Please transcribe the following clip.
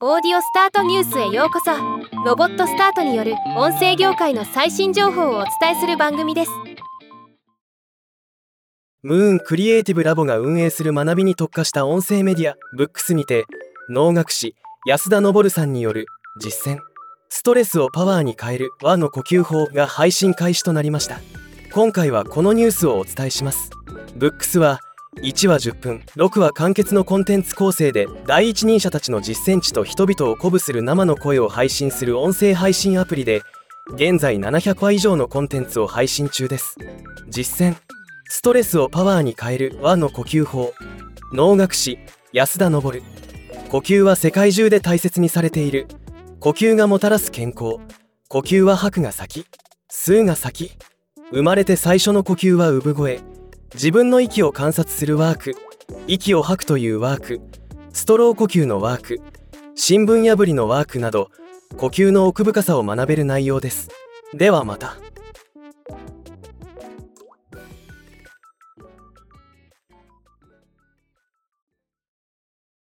オーディオスタートニュースへようこそ。ロボットスタートによる音声業界の最新情報をお伝えする番組です。 ムーンクリエイティブラボが運営する学びに特化した音声メディアブックスにて、能楽師安田昇さんによる実践ストレスをパワーに変える和の呼吸法が配信開始となりました。今回はこのニュースをお伝えします。ブックスは1話10分6話完結のコンテンツ構成で、第一人者たちの実践地と人々を鼓舞する生の声を配信する音声配信アプリで、現在700話以上のコンテンツを配信中です。実践ストレスをパワーに変える和の呼吸法、能楽師安田昇。呼吸は世界中で大切にされている。呼吸がもたらす健康。呼吸は吐くが先、吸うが先。生まれて最初の呼吸は産声。自分の息を観察するワーク、息を吐くというワーク、ストロー呼吸のワーク、新聞破りのワークなど、呼吸の奥深さを学べる内容です。ではまた。